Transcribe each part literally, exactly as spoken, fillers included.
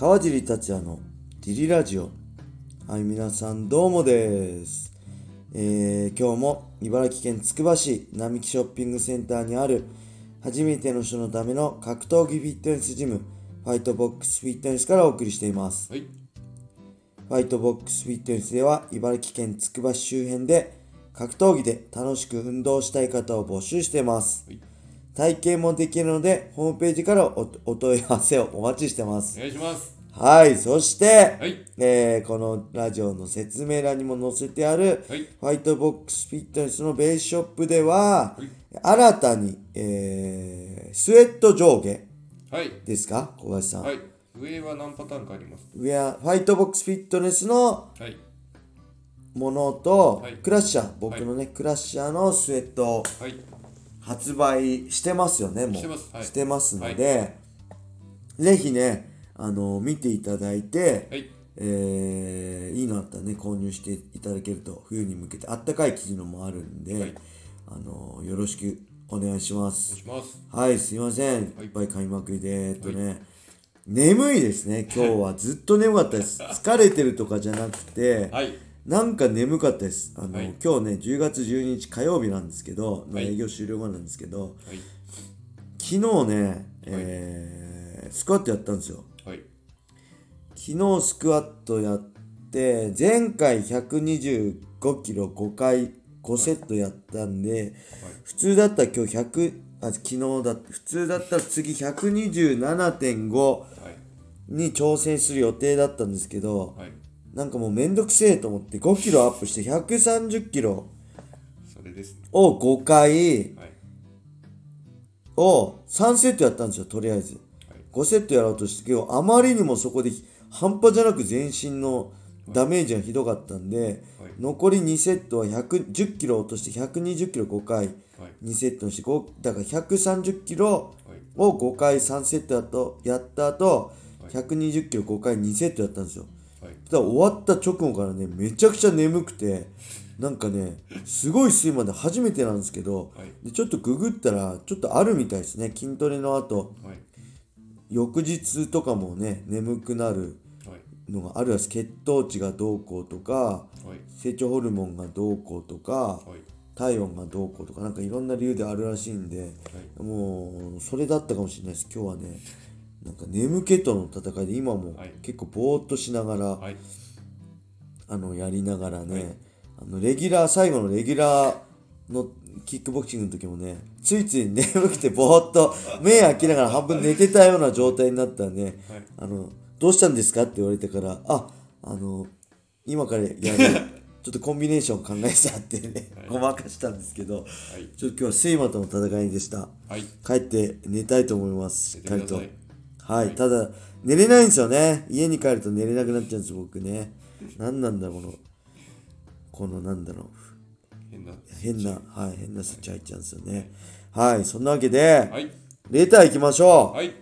川尻達也のジリラジオ。はい、皆さんどうもです。えー、今日も茨城県つくば市並木ショッピングセンターにある初めての人のための格闘技フィットネスジム、ファイトボックスフィットネスからお送りしています。 はい、 ファイトボックスフィットネスでは茨城県つくば市周辺で格闘技で楽しく運動したい方を募集しています。 はい、 体験もできるのでホームページからお、お問い合わせをお待ちしてます。 お願いします。 はい、そして、 はい、 えーこのラジオの説明欄にも載せてある、 はい、 ファイトボックスフィットネスのベースショップでは、 はい、 新たに、えースウェット上下はい、 ですか、小林さん。 はい、上は何パターンかあります。 上はファイトボックスフィットネスのはい、 ものと、 はいクラッシャー、僕のね、クラッシャーのスウェットをはい、 発売してますよね、もう。 してますはいしてますので、ぜひね、あの見ていただいて、 はい、 えーいいのあったらね、購入していただけると、冬に向けてあったかい生地のもあるんで、 はいあのよろしくお願いしまお願いす。 します。 はい、すいません。 はいいっぱい買いまくりで、えっとね、眠いですね、今日は。ずっと眠かったです。疲れてるとかじゃなくて、 はい、 なんか眠かったです。あの、 はい今日ね、じゅうがつじゅうににち火曜日なんですけど、 はい営業終了後なんですけど、 はい、 昨日ね、えースクワットやったんですよ。 はい、 昨日スクワットやって、前回ひゃくにじゅうごキロごかいごセットやったんで、普通だったら今日ひゃく、あ、昨日だって普通だったら次ひゃくにじゅうななてんごはい、 に挑戦する予定だったんですけど、 はい、 なんかもうめんどくせえと思ってごキロアップしてひゃくさんじゅっキロそれですね。 をごかいはい、 をさんセットやったんですよ、とりあえず。ごセットやろうとしてけど、あまりにもそこで半端じゃなく全身のダメージがひどかったんで、 はい、 残りにセットはひゃくじゅっキロ落としてひゃくにじゅっキロごかい、 はい、 にセットにしてご、だからひゃくさんじゅっキロはい、 をごかいさんセットやとやった後、 はいひゃくにじゅっキロごかいにセットやったんですよ。 はい、 だから終わった直後からね、めちゃくちゃ眠くて、なんかね、すごい睡魔で初めてなんですけど、 はい、 でちょっとググったら、ちょっとあるみたいですね。筋トレの後、 はい、 翌日とかもね、眠くなるはい、 のがあるやつ、血糖値がどうこうとか、 はい、 成長ホルモンがどうこうとか、 はい、 体温がどうこうとか、なんかいろんな理由であるらしいんで、もう、それだったかもしれないです。今日はね、なんか眠気との戦いで、今もはい結構ぼーっとしながら、 はい、 あの、やりながらね、 はいあの、レギュラー、最後のレギュラーのキックボクシングの時もね、ついつい眠くてぼーっと目開きながら半分寝てたような状態になったらね、 はいあの、どうしたんですかって言われてから、あ、あの、今からやる、ちょっとコンビネーション考えたってね、 はいごまかしたんですけど、 はい、 ちょっと今日は睡魔との戦いでした。 はい、 帰って寝たいと思います、しっかりと。 寝てくだはい、 はいただ、寝れないんですよね。家に帰ると寝れなくなっちゃうんです、僕ね。なんなんだろう、この、このなんだろう。 変な。 変な、はい、変なスイッチ入っちゃうんですよね。はい、そんなわけで、 はい、 レター行きましょう。 はい、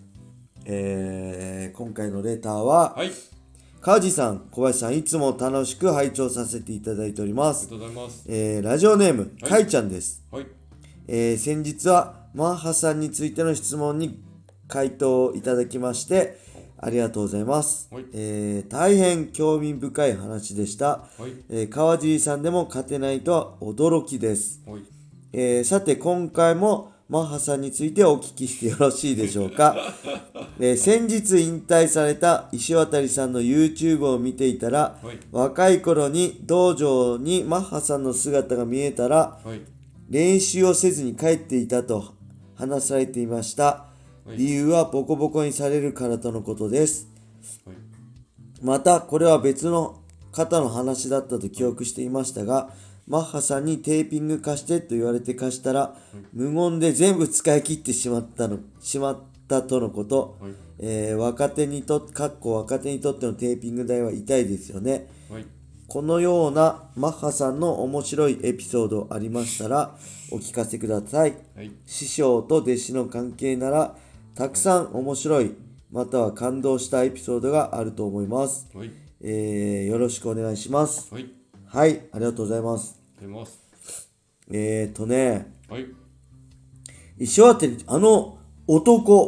えー、今回のレターは、 はい、 川地さん、小林さん、いつも楽しく拝聴させていただいております。 ありがとうございます。 えー、ラジオネーム、 はいかいちゃんです。 はい、 えー、先日はマッハさんについての質問に回答いただきましてありがとうございます。 はいえー、大変興味深い話でした。 はい、 えー、川尻さんでも勝てないとは驚きです。 はい、 えー、さて今回もマッハさんについてお聞きしてよろしいでしょうか。えー、先日引退された石渡さんの YouTube を見ていたら、 はい、 若い頃に道場にマッハさんの姿が見えたらはい、 練習をせずに帰っていたと話されていました。 はい理由はボコボコにされるからとのことです。 はい、 またこれは別の方の話だったと記憶していましたが、マッハさんにテーピング貸してと言われて貸したら、無言で全部使い切ってしまったのしまったとのこと。 はい、 えー若手にとかっこ若手にとってのテーピング代は痛いですよね。 はい、 このようなマッハさんの面白いエピソードありましたらお聞かせください。 はい、 師匠と弟子の関係ならたくさん面白いまたは感動したエピソードがあると思います。 はい、 えーよろしくお願いします。 はい、 はい、ありがとうございます。 出ます。 えーとね、 はい、 石渡あの男、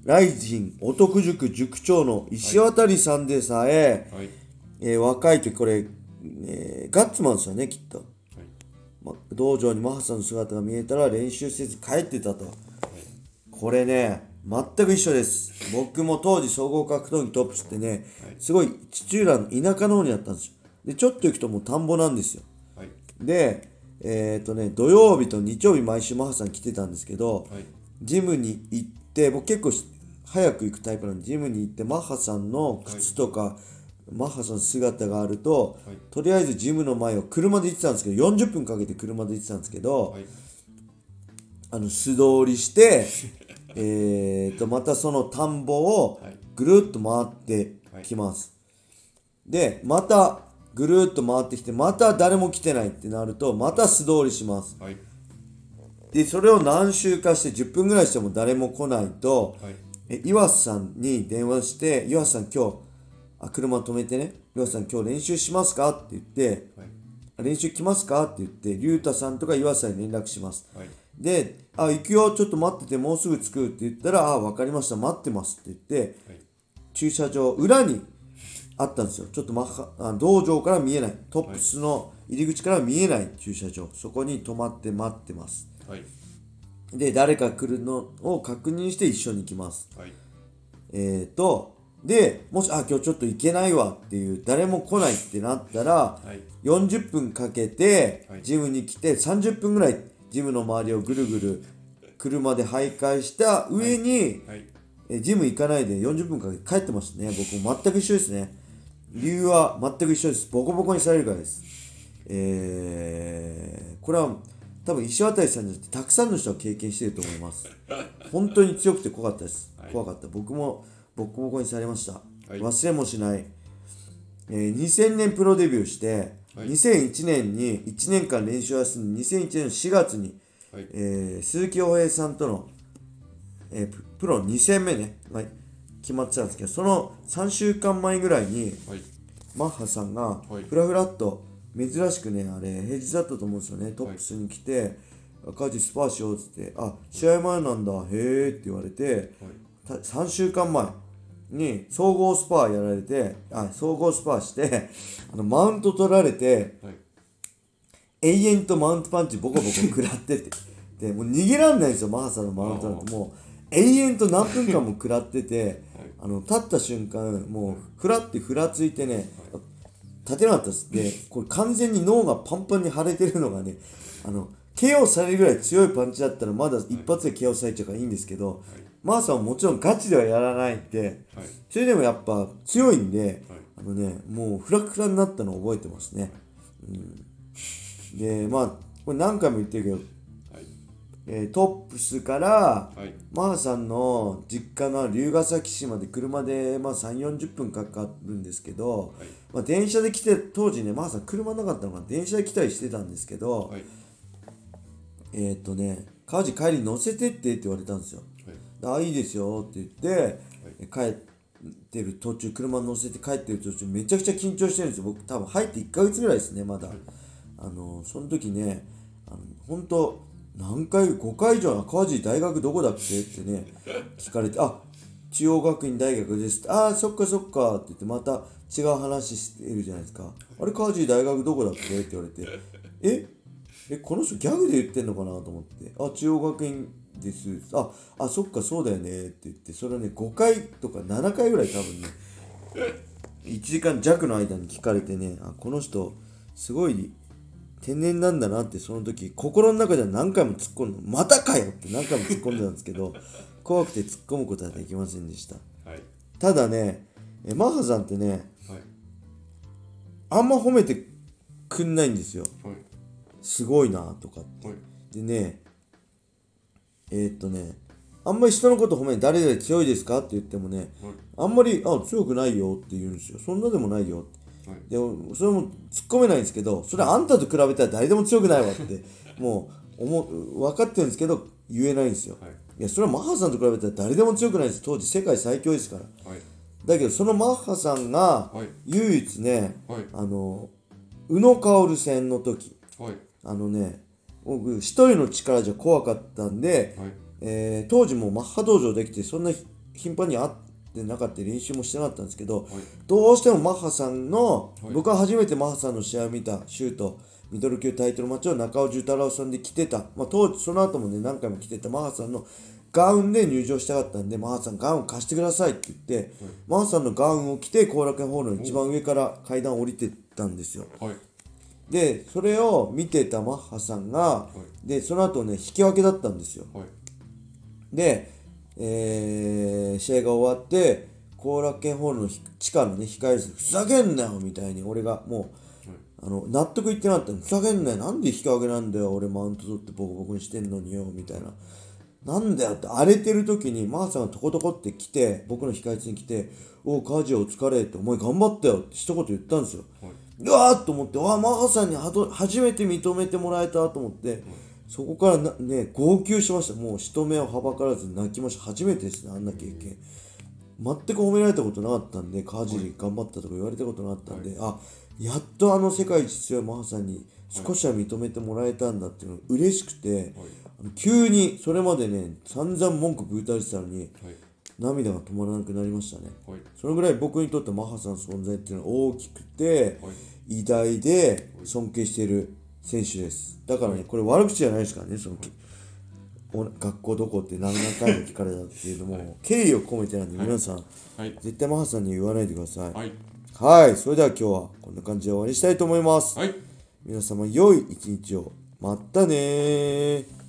ライジンお得塾塾長の石渡さんでさえ、 はいえー若い時これ、えーガッツマンですよねきっと、 はいま、道場にマハさんの姿が見えたら練習せず帰ってたと。これね全く一緒です。僕も当時総合格闘技トップスってね、すごい土浦の田舎の方にあったんですよ。でちょっと行くともう田んぼなんですよ。 はいでえっ、とね土曜日と日曜日毎週マハさん来てたんですけど、 はいジムに行って僕結構早く行くタイプなんで、ジムに行ってマッハさんの靴とか、マッハさんの姿があると、 はいとりあえずジムの前を車で行ってたんですけど、よんじゅっぷんかけて車で行ってたんですけど、 はいあの素通りしてえーとまたその田んぼをはいぐるっと回ってきます、でまたぐるっと回ってきて、また誰も来てないってなるとまた素通りします。 はいでそれを何周かしてじゅっぷんぐらいしても誰も来ないと、 はいえ岩瀬さんに電話して「岩瀬さん今日あ車止めてね、岩瀬さん今日練習しますか?」って言ってはい 「練習来ますか?」って言って龍太さんとか岩瀬さんに連絡します。 はいで「あ行くよちょっと待っててもうすぐ着く」って言ったら「あ分かりました待ってます」って言ってはい駐車場裏にあったんですよ。ちょっとマッハあ道場から見えないトップスの入り口から見えない駐車場、そこに止まって待ってます。 はいで誰か来るのを確認して一緒に行きます。 はいえーとでもしあ今日ちょっと行けないわっていう誰も来ないってなったらはいよんじゅっぷんかけてはいジムに来てさんじゅっぷんぐらいジムの周りをぐるぐる車で徘徊した上に、 はいえジム行かないでよんじゅっぷんかけて帰ってましたね。僕も全く一緒ですね。理由は全く一緒です。ボコボコにされるからです。えー、これは多分石渡さんじゃなくてたくさんの人が経験していると思います。本当に強くて怖かったです。 はい怖かった。僕もボコボコにされました。 はい忘れもしない。えー、にせんねんプロデビューして、 はい、 にせんいちねんにいちねんかん練習を休んでにせんいちねんのしがつに、 はいえー鈴木陽平さんとの、えーププロに戦目ね、まあ、決まってたんですけど、そのさんしゅうかんまえぐらいにはいマッハさんがはいフラフラっと珍しくね、あれ平日だったと思うんですよね、トップスに来て「カジスパーしよう」っつって「あ試合前なんだへえ」って言われて、 はいたさんしゅうかんまえに総合スパーやられて、あ総合スパーしてあのマウント取られてはい永遠とマウントパンチボコボコ食らっててでもう逃げらんないんですよ。マハさんのマウントなんてもう永遠と何分間も食らっててあの立った瞬間もうふらってふらついてね立てなかったです。でこれ完全に脳がパンパンに腫れてるのがね、あの ケーオー されるぐらい強いパンチだったらまだ一発で ケーオー されちゃうからいいんですけど、マーさんはもちろんガチではやらないんで、 はいそれでもやっぱ強いんで、 はいあのねもうフラフラになったのを覚えてますね。うん、でまあこれ何回も言ってるけど、 はいえートップスからはいマーさんの実家の龍ヶ崎市まで車でまあさんじゅうよんじゅっぷんかかるんですけど、 はいまあ、電車で来て当時ねマーさん車なかったのかな、電車で来たりしてたんですけど、 はいえーっとね川路帰り乗せてってって言われたんですよ。 はいあいいですよって言って、帰ってる途中車乗せて帰ってる途中めちゃくちゃ緊張してるんですよ。僕多分入っていっかげつぐらいですねまだ。あのその時ねあの本当何回ごかい以上川路大学どこだっけってね聞かれて、あ中央学院大学ですって、ああそっかそっかって言ってまた違う話してるじゃないですか。あれ川路大学どこだっけって言われて、ええこの人ギャグで言ってんのかなと思って、あ中央学院ですああそっかそうだよねって言って、それをねごかいとかななかいぐらい多分ねいちじかんじゃくの間に聞かれてね、あこの人すごい天然なんだなってその時心の中では何回も突っ込んで、またかよって何回も突っ込んでたんですけど怖くて突っ込むことはできませんでした。 はいただねえマッハさんってねはいあんま褒めてくんないんですよ。 はいすごいなとかってはいでねえー、っとねあんまり人のこと褒めて誰々強いですかって言ってもね、 はいあんまりあ強くないよって言うんですよ。そんなでもないよってはいでもそれも突っ込めないんですけど、それあんたと比べたら誰でも強くないわってもう思う分かってるんですけど言えないんですよ。 はいいやそれはマッハさんと比べたら誰でも強くないです。当時世界最強ですから。 はいだけどそのマッハさんがはい唯一ね、 はいあの宇野薫戦の時はいあのね僕一人の力じゃ怖かったんで、 はいえー当時もマッハ道場できてそんな頻繁に会ってなかった練習もしてなかったんですけど、 はい、 どうしてもマッハさんの、 はい、 僕は初めてマッハさんの試合を見たシュートミドル級タイトルマッチを中尾重太郎さんで着てた、まあ、当時その後もね何回も着てたマッハさんのガウンで入場したかったんで、マッハさんガウン貸してくださいって言って、はい、マッハさんのガウンを着て後楽園ホールの一番上から階段を降りてったんですよ。はい、でそれを見てたマッハさんが、はい、でその後ね引き分けだったんですよ。はい、で、えー、試合が終わって後楽園ホールの地下のね控え室ふざけんなよみたいに俺がもう、はい、あの納得いってなかったの。ふざけんなよ、なんで引き分けなんだよ、俺マウント取ってボコボコにしてんのによみたいな、なんだよって荒れてる時にマーさんがトコトコって来て僕の控え室に来て、おうカジお疲れって、お前頑張ったよって一言言ったんですよ。はい、うわーっと思って、わあマーさんにはど初めて認めてもらえたと思って、はい、そこからなね号泣しました。もう人目をはばからず泣きました。初めてですね、あんな経験。全く褒められたことなかったんで、カジ頑張ったとか言われたことなかったんで、はい、あやっとあの世界一強いマーさんに少しは認めてもらえたんだっていうのが嬉しくて、はい、急にそれまでね散々文句ぶうたれてたのに、はい、涙が止まらなくなりましたね。はい、そのぐらい僕にとってマッハさんの存在っていうのは大きくて、はい、偉大で尊敬している選手です。だからね、これ悪口じゃないですからね、その、はい、学校どこって何回も聞かれたっていうのも、はい、敬意を込めてなんで皆さん、はい、絶対マッハさんに言わないでください。はい、はい、それでは今日はこんな感じで終わりにしたいと思います。はい、皆様良い一日を。またねー。